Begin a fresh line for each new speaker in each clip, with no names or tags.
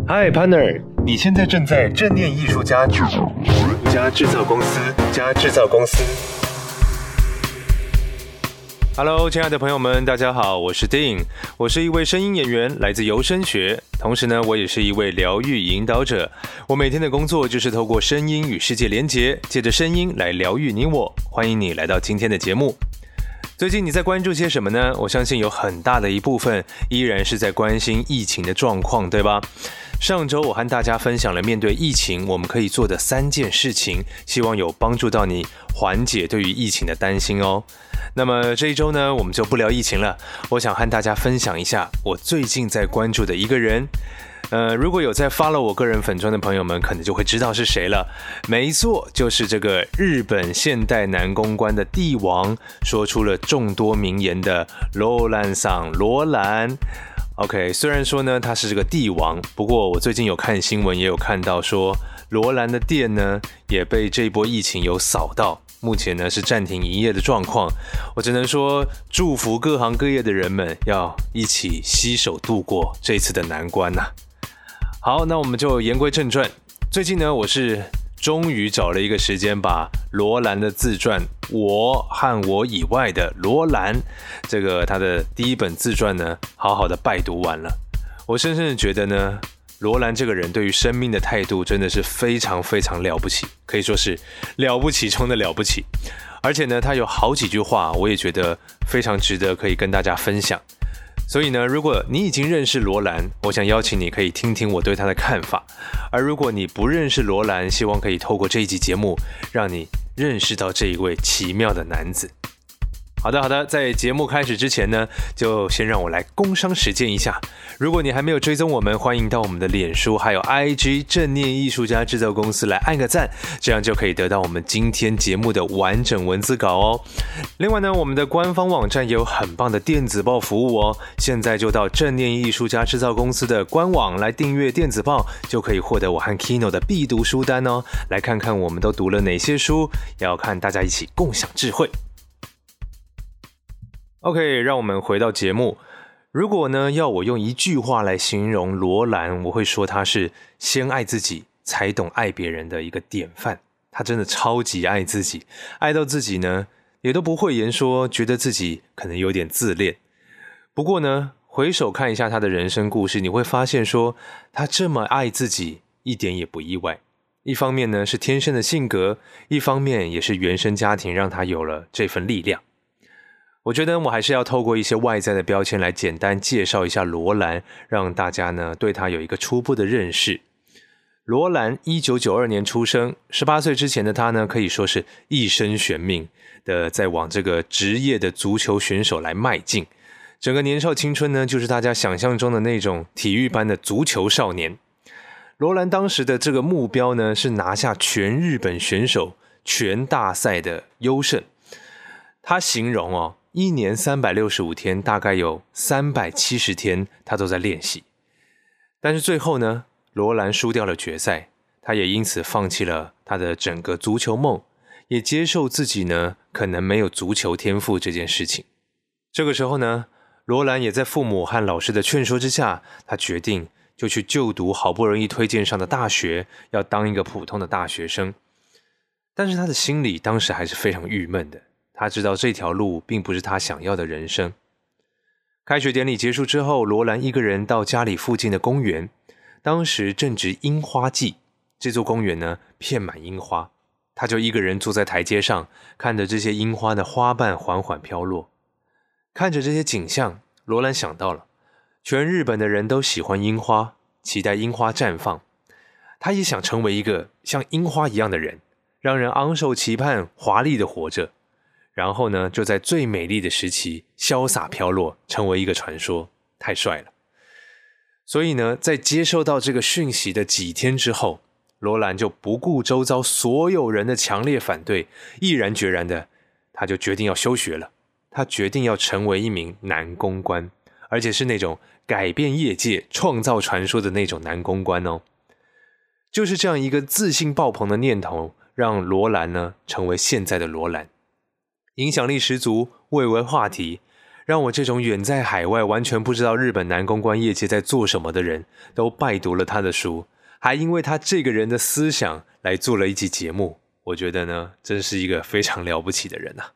Hi partner， 你现在正在正念艺术家加制造公司加制造公司。Hello， 亲爱的朋友们，大家好，我是 Dean， 我是一位声音演员，来自游声学，同时呢，我也是一位疗愈引导者。我每天的工作就是透过声音与世界连结，借着声音来疗愈你我。欢迎你来到今天的节目。最近你在关注些什么呢？我相信有很大的一部分依然是在关心疫情的状况，对吧？上周我和大家分享了面对疫情我们可以做的3件事情，希望有帮助到你缓解对于疫情的担心哦。那么这一周呢，我们就不聊疫情了，我想和大家分享一下我最近在关注的一个人。如果有在 follow 我个人粉专的朋友们，可能就会知道是谁了。没错，就是这个日本现代男公关的帝王，说出了众多名言的罗兰桑罗兰。OK， 虽然说呢他是这个帝王，不过我最近有看新闻，也有看到说罗兰的店呢也被这一波疫情有扫到，目前呢是暂停营业的状况。我只能说祝福各行各业的人们要一起携手度过这次的难关啊。好，那我们就言归正传。最近呢，我是终于找了一个时间，把罗兰的自传《我和我以外的罗兰》这个他的第一本自传呢，好好的拜读完了。我深深的觉得呢，罗兰这个人对于生命的态度真的是非常非常了不起，可以说是了不起中的了不起。而且呢，他有好几句话，我也觉得非常值得可以跟大家分享。所以呢，如果你已经认识罗兰，我想邀请你可以听听我对他的看法。而如果你不认识罗兰，希望可以透过这一集节目，让你认识到这一位奇妙的男子。好的，在节目开始之前呢，就先让我来工商实践一下。如果你还没有追踪我们，欢迎到我们的脸书还有 IG 正念艺术家制造公司来按个赞，这样就可以得到我们今天节目的完整文字稿哦。另外呢，我们的官方网站也有很棒的电子报服务哦，现在就到正念艺术家制造公司的官网来订阅电子报，就可以获得我和 Kino 的必读书单哦，来看看我们都读了哪些书，要看大家一起共享智慧。OK， 让我们回到节目。如果呢要我用一句话来形容罗兰，我会说他是先爱自己才懂爱别人的一个典范。他真的超级爱自己，爱到自己呢也都不讳言说觉得自己可能有点自恋。不过呢，回首看一下他的人生故事，你会发现说他这么爱自己一点也不意外。一方面呢是天生的性格，一方面也是原生家庭让他有了这份力量。我觉得我还是要透过一些外在的标签来简单介绍一下罗兰，让大家呢对他有一个初步的认识。罗兰1992年出生，18岁之前的他呢可以说是一生悬命的在往这个职业的足球选手来迈进。整个年少青春呢就是大家想象中的那种体育班的足球少年。罗兰当时的这个目标呢是拿下全日本选手全大赛的优胜。他形容一年365天，大概有370天他都在练习。但是最后呢，罗兰输掉了决赛，他也因此放弃了他的整个足球梦，也接受自己呢可能没有足球天赋这件事情。这个时候呢，罗兰也在父母和老师的劝说之下，他决定就去就读好不容易推荐上的大学，要当一个普通的大学生。但是他的心里当时还是非常郁闷的。他知道这条路并不是他想要的人生。开学典礼结束之后，罗兰一个人到家里附近的公园，当时正值樱花季，这座公园呢遍满樱花，他就一个人坐在台阶上，看着这些樱花的花瓣缓缓飘落。看着这些景象，罗兰想到了，全日本的人都喜欢樱花，期待樱花绽放，他也想成为一个像樱花一样的人，让人昂首期盼，华丽的活着。然后呢，就在最美丽的时期潇洒飘落，成为一个传说，太帅了。所以呢，在接受到这个讯息的几天之后，罗兰就不顾周遭所有人的强烈反对，毅然决然的，他就决定要休学了。他决定要成为一名男公关，而且是那种改变业界、创造传说的那种男公关哦。就是这样一个自信爆棚的念头，让罗兰呢成为现在的罗兰。影响力十足，蔚为话题， 让我这种远在海外完全不知道日本男公关业界在做什么的人都拜读了他的书，还因为他这个人的思想来做了一集节目。我觉得呢，真是一个非常了不起的人啊。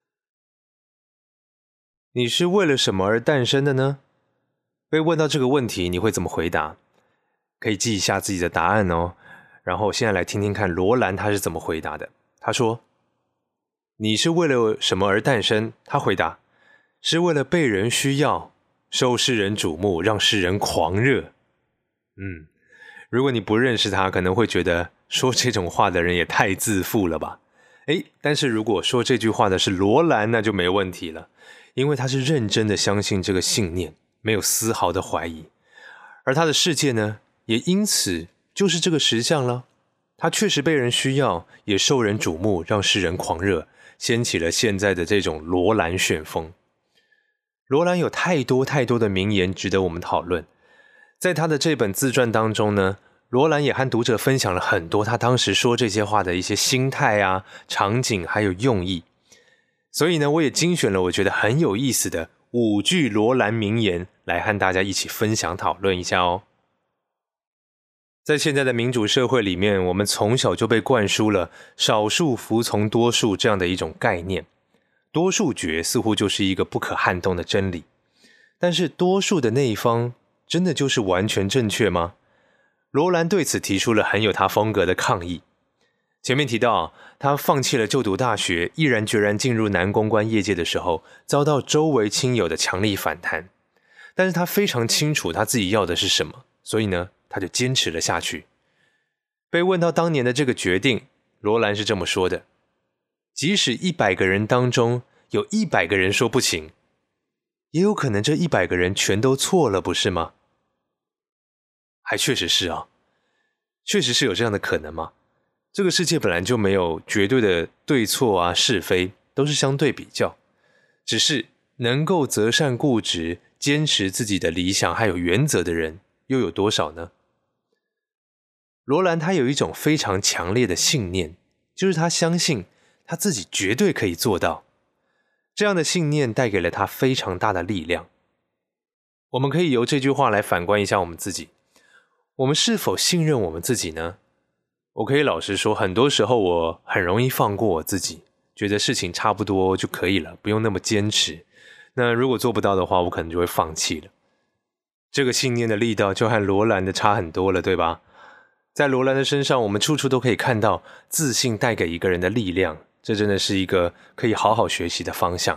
你是为了什么而诞生的呢？被问到这个问题，你会怎么回答？可以记一下自己的答案哦。然后现在来听听看罗兰他是怎么回答的。他说：你是为了什么而诞生？他回答：是为了被人需要，受世人瞩目，让世人狂热。如果你不认识他，可能会觉得说这种话的人也太自负了吧。但是如果说这句话的是罗兰，那就没问题了，因为他是认真的相信这个信念，没有丝毫的怀疑。而他的世界呢，也因此就是这个实相了。他确实被人需要，也受人瞩目，让世人狂热，掀起了现在的这种罗兰旋风。罗兰有太多太多的名言值得我们讨论。在他的这本自传当中呢，罗兰也和读者分享了很多他当时说这些话的一些心态啊、场景还有用意。所以呢，我也精选了我觉得很有意思的5句罗兰名言来和大家一起分享讨论一下哦。在现在的民主社会里面，我们从小就被灌输了少数服从多数这样的一种概念，多数决似乎就是一个不可撼动的真理。但是多数的那一方真的就是完全正确吗？罗兰对此提出了很有他风格的抗议。前面提到，他放弃了就读大学，毅然决然进入男公关业界的时候，遭到周围亲友的强力反弹。但是他非常清楚他自己要的是什么，所以呢，他就坚持了下去。被问到当年的这个决定，罗兰是这么说的：即使100个人当中有100个人说不行，也有可能这100个人全都错了，不是吗？还确实是啊，确实是有这样的可能吗？这个世界本来就没有绝对的对错啊、是非，都是相对比较。只是能够择善固执，坚持自己的理想还有原则的人又有多少呢？罗兰他有一种非常强烈的信念，就是他相信他自己绝对可以做到。这样的信念带给了他非常大的力量。我们可以由这句话来反观一下我们自己，我们是否信任我们自己呢？我可以老实说，很多时候我很容易放过我自己，觉得事情差不多就可以了，不用那么坚持。那如果做不到的话，我可能就会放弃了。这个信念的力道就和罗兰的差很多了，对吧？在罗兰的身上，我们处处都可以看到自信带给一个人的力量，这真的是一个可以好好学习的方向。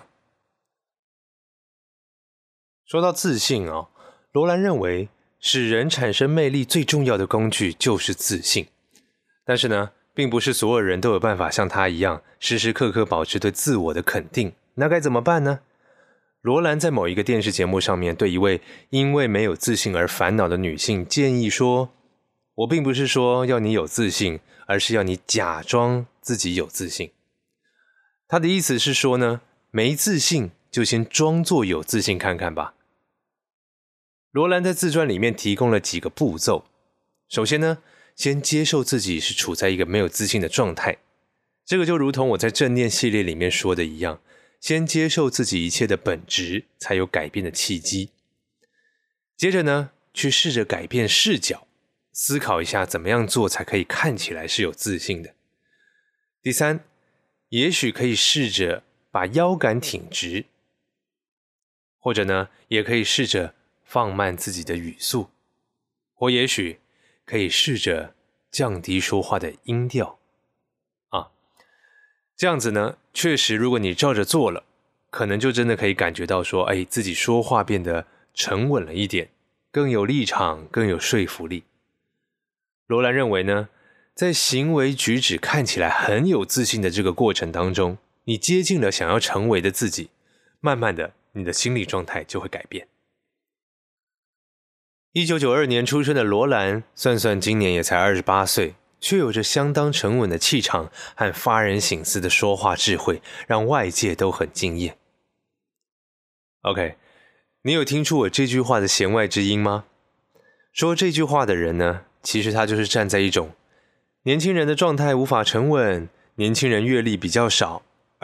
说到自信哦，罗兰认为使人产生魅力最重要的工具就是自信。但是呢，并不是所有人都有办法像他一样，时时刻刻保持对自我的肯定。那该怎么办呢？罗兰在某一个电视节目上面对一位因为没有自信而烦恼的女性建议说，我并不是说要你有自信，而是要你假装自己有自信。他的意思是说呢，没自信就先装作有自信看看吧。罗兰在自传里面提供了几个步骤。首先呢，先接受自己是处在一个没有自信的状态，这个就如同我在正念系列里面说的一样，先接受自己一切的本质，才有改变的契机。接着呢，去试着改变视角，思考一下怎么样做才可以看起来是有自信的。第三，也许可以试着把腰杆挺直，或者呢，也可以试着放慢自己的语速，或也许可以试着降低说话的音调啊。这样子呢，确实如果你照着做了，可能就真的可以感觉到说，自己说话变得沉稳了一点，更有立场，更有说服力。罗兰认为呢，在行为举止看起来很有自信的这个过程当中，你接近了想要成为的自己，慢慢的你的心理状态就会改变。1992年出生的罗兰，算算今年也才28岁，却有着相当沉稳的气场和发人省思的说话智慧，让外界都很惊艳。OK， 你有听出我这句话的弦外之音吗？说这句话的人呢，其实他就是站在一种年轻人的状态无法沉稳，年轻人阅历比较少，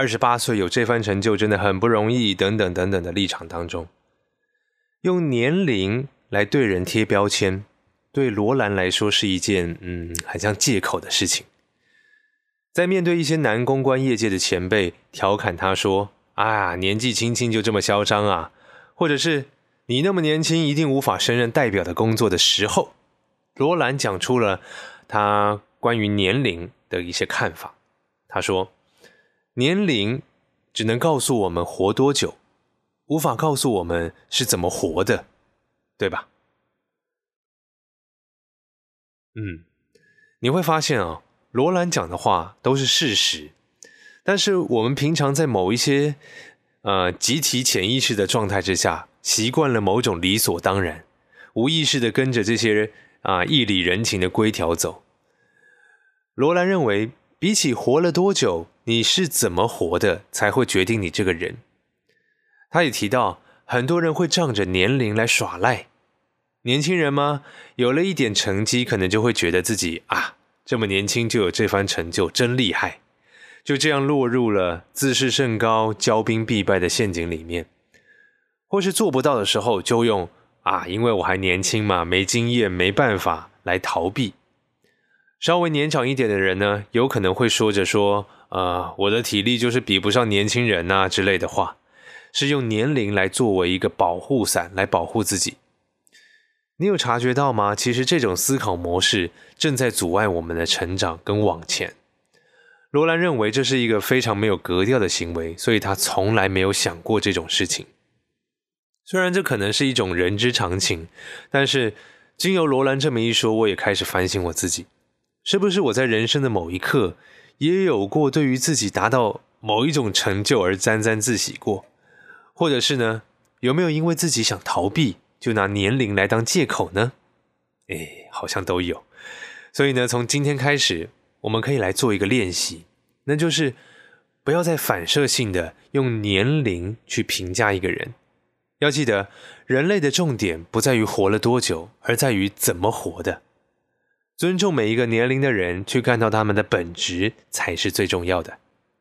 28岁有这番成就真的很不容易，等等等等的立场当中，用年龄来对人贴标签，对罗兰来说是一件很像借口的事情。在面对一些男公关业界的前辈调侃他说年纪轻轻就这么嚣张啊，或者是你那么年轻一定无法胜任代表的工作的时候，罗兰讲出了他关于年龄的一些看法。他说，年龄只能告诉我们活多久，无法告诉我们是怎么活的，对吧？你会发现罗兰讲的话都是事实，但是我们平常在某一些集体潜意识的状态之下，习惯了某种理所当然，无意识的跟着这些义理人情的规条走。罗兰认为，比起活了多久，你是怎么活的才会决定你这个人。他也提到，很多人会仗着年龄来耍赖。年轻人嘛，有了一点成绩，可能就会觉得自己这么年轻就有这番成就，真厉害。就这样落入了自视甚高、骄兵必败的陷阱里面。或是做不到的时候，就用因为我还年轻嘛，没经验，没办法来逃避。稍微年长一点的人呢，有可能会说着说我的体力就是比不上年轻人之类的话，是用年龄来作为一个保护伞来保护自己。你有察觉到吗？其实这种思考模式正在阻碍我们的成长跟往前。罗兰认为这是一个非常没有格调的行为，所以他从来没有想过这种事情。虽然这可能是一种人之常情，但是经由罗兰这么一说，我也开始反省我自己，是不是我在人生的某一刻也有过对于自己达到某一种成就而沾沾自喜过？或者是呢，有没有因为自己想逃避，就拿年龄来当借口呢？好像都有。所以呢，从今天开始，我们可以来做一个练习，那就是不要再反射性的用年龄去评价一个人。要记得，人类的重点不在于活了多久，而在于怎么活的。尊重每一个年龄的人，去看到他们的本质才是最重要的。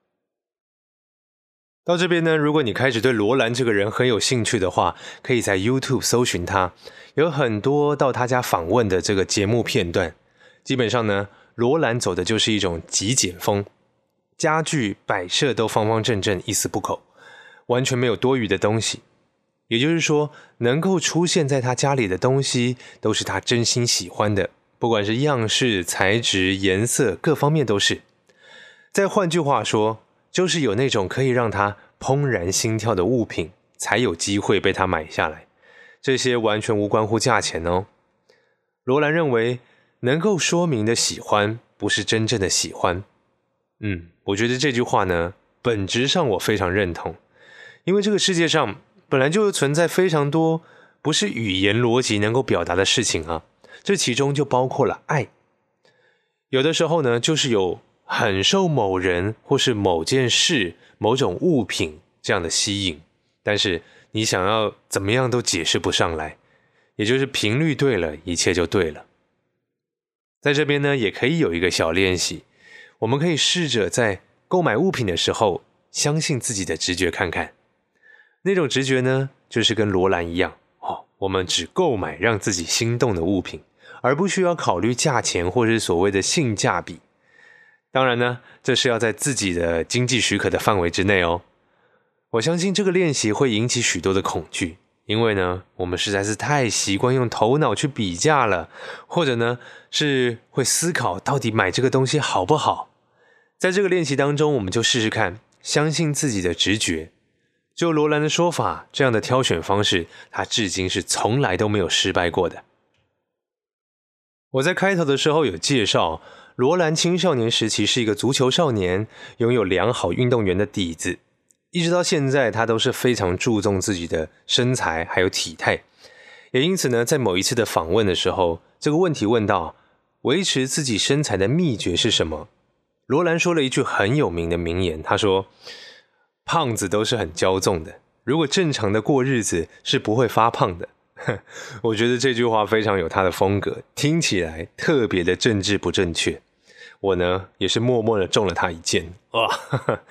到这边呢，如果你开始对罗兰这个人很有兴趣的话，可以在 YouTube 搜寻他，有很多到他家访问的这个节目片段。基本上呢，罗兰走的就是一种极简风，家具摆设都方方正正，一丝不苟，完全没有多余的东西。也就是说，能够出现在他家里的东西都是他真心喜欢的，不管是样式、材质、颜色，各方面都是。再换句话说，就是有那种可以让他怦然心跳的物品，才有机会被他买下来。这些完全无关乎价钱哦。罗兰认为，能够说明的喜欢，不是真正的喜欢。我觉得这句话呢，本质上我非常认同。因为这个世界上本来就存在非常多不是语言逻辑能够表达的事情这其中就包括了爱。有的时候呢，就是有很受某人或是某件事、某种物品这样的吸引，但是你想要怎么样都解释不上来，也就是频率对了，一切就对了。在这边呢，也可以有一个小练习，我们可以试着在购买物品的时候，相信自己的直觉看看。那种直觉呢，就是跟罗兰一样我们只购买让自己心动的物品，而不需要考虑价钱或是所谓的性价比。当然呢，这是要在自己的经济许可的范围之内哦。我相信这个练习会引起许多的恐惧，因为呢，我们实在是太习惯用头脑去比价了，或者呢，是会思考到底买这个东西好不好。在这个练习当中，我们就试试看，相信自己的直觉。就罗兰的说法，这样的挑选方式，他至今是从来都没有失败过的。我在开头的时候有介绍，罗兰青少年时期是一个足球少年，拥有良好运动员的底子，一直到现在他都是非常注重自己的身材还有体态。也因此呢，在某一次的访问的时候，这个问题问到维持自己身材的秘诀是什么，罗兰说了一句很有名的名言，他说，胖子都是很骄纵的，如果正常的过日子是不会发胖的。我觉得这句话非常有他的风格，听起来特别的政治不正确。我呢，也是默默的中了他一箭。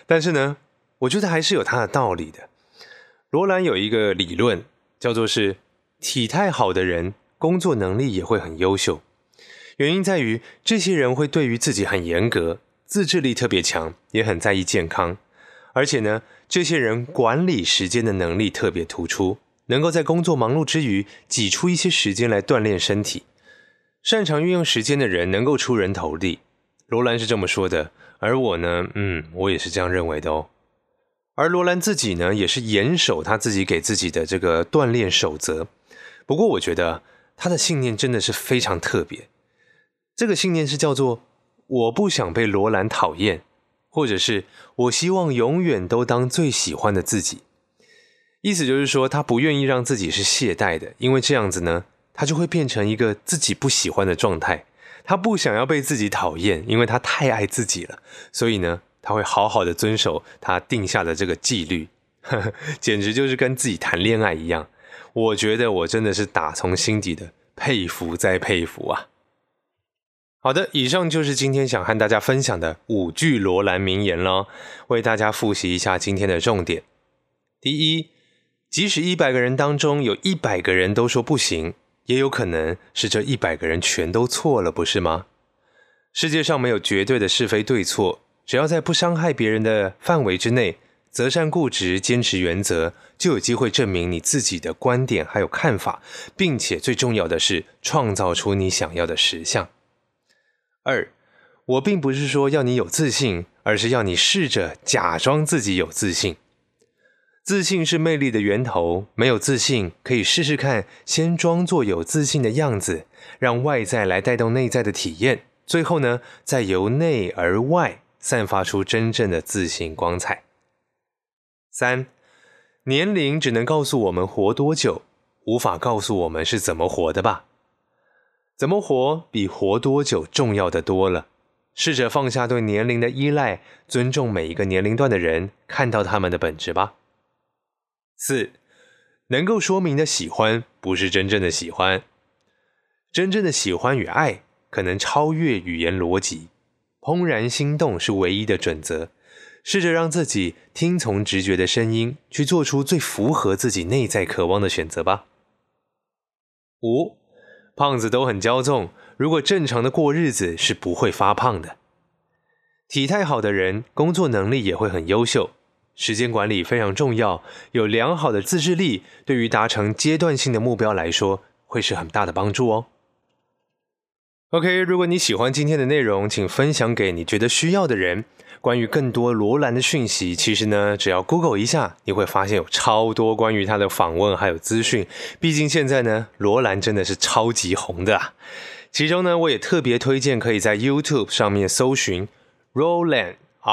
但是呢，我觉得还是有它的道理的。罗兰有一个理论叫做是体态好的人工作能力也会很优秀，原因在于这些人会对于自己很严格，自制力特别强，也很在意健康，而且呢，这些人管理时间的能力特别突出，能够在工作忙碌之余挤出一些时间来锻炼身体。擅长运用时间的人能够出人头地，罗兰是这么说的，而我呢，我也是这样认为的哦。而罗兰自己呢，也是严守他自己给自己的这个锻炼守则。不过我觉得他的信念真的是非常特别。这个信念是叫做我不想被罗兰讨厌，或者是我希望永远都当最喜欢的自己。意思就是说他不愿意让自己是懈怠的，因为这样子呢，他就会变成一个自己不喜欢的状态。他不想要被自己讨厌，因为他太爱自己了，所以呢，他会好好的遵守他定下的这个纪律，简直就是跟自己谈恋爱一样。我觉得我真的是打从心底的佩服再佩服啊！好的，以上就是今天想和大家分享的5句罗兰名言了，为大家复习一下今天的重点。第一，即使100个人当中有100个人都说不行，也有可能是这100个人全都错了，不是吗？世界上没有绝对的是非对错，只要在不伤害别人的范围之内，择善固执，坚持原则，就有机会证明你自己的观点还有看法，并且最重要的是创造出你想要的实相。2，我并不是说要你有自信，而是要你试着假装自己有自信。自信是魅力的源头，没有自信可以试试看，先装作有自信的样子，让外在来带动内在的体验，最后呢，再由内而外散发出真正的自信光彩。3，年龄只能告诉我们活多久，无法告诉我们是怎么活的吧？怎么活比活多久重要的多了。试着放下对年龄的依赖，尊重每一个年龄段的人，看到他们的本质吧。4，能够说明的喜欢不是真正的喜欢。真正的喜欢与爱可能超越语言逻辑，怦然心动是唯一的准则。试着让自己听从直觉的声音，去做出最符合自己内在渴望的选择吧。5，胖子都很骄纵，如果正常的过日子是不会发胖的。体态好的人，工作能力也会很优秀。时间管理非常重要，有良好的自制力，对于达成阶段性的目标来说，会是很大的帮助哦。OK， 如果你喜欢今天的内容，请分享给你觉得需要的人。关于更多罗兰的讯息，其实呢，只要 Google 一下，你会发现有超多关于他的访问还有资讯。毕竟现在呢，罗兰真的是超级红的啊。其中呢，我也特别推荐可以在 YouTube 上面搜寻 Roland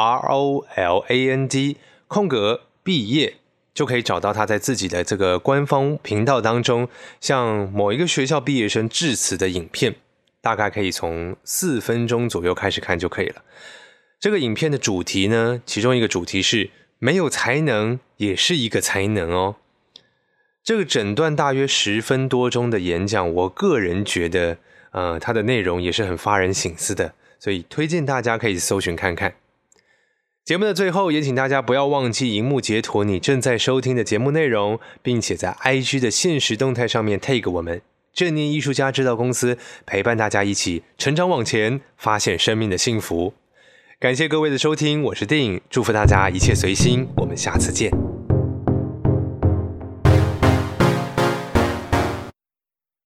ROLAND 空格毕业，就可以找到他在自己的这个官方频道当中，向某一个学校毕业生致辞的影片，大概可以从4分钟左右开始看就可以了。这个影片的主题呢，其中一个主题是没有才能也是一个才能哦。这个整段大约10分多钟的演讲，我个人觉得它的内容也是很发人省思的，所以推荐大家可以搜寻看看。节目的最后，也请大家不要忘记荧幕截图你正在收听的节目内容，并且在 IG 的限时动态上面 tag 我们正念艺术家指导公司，陪伴大家一起成长往前，发现生命的幸福。感谢各位的收听，我是电影，祝福大家一切随心，我们下次见。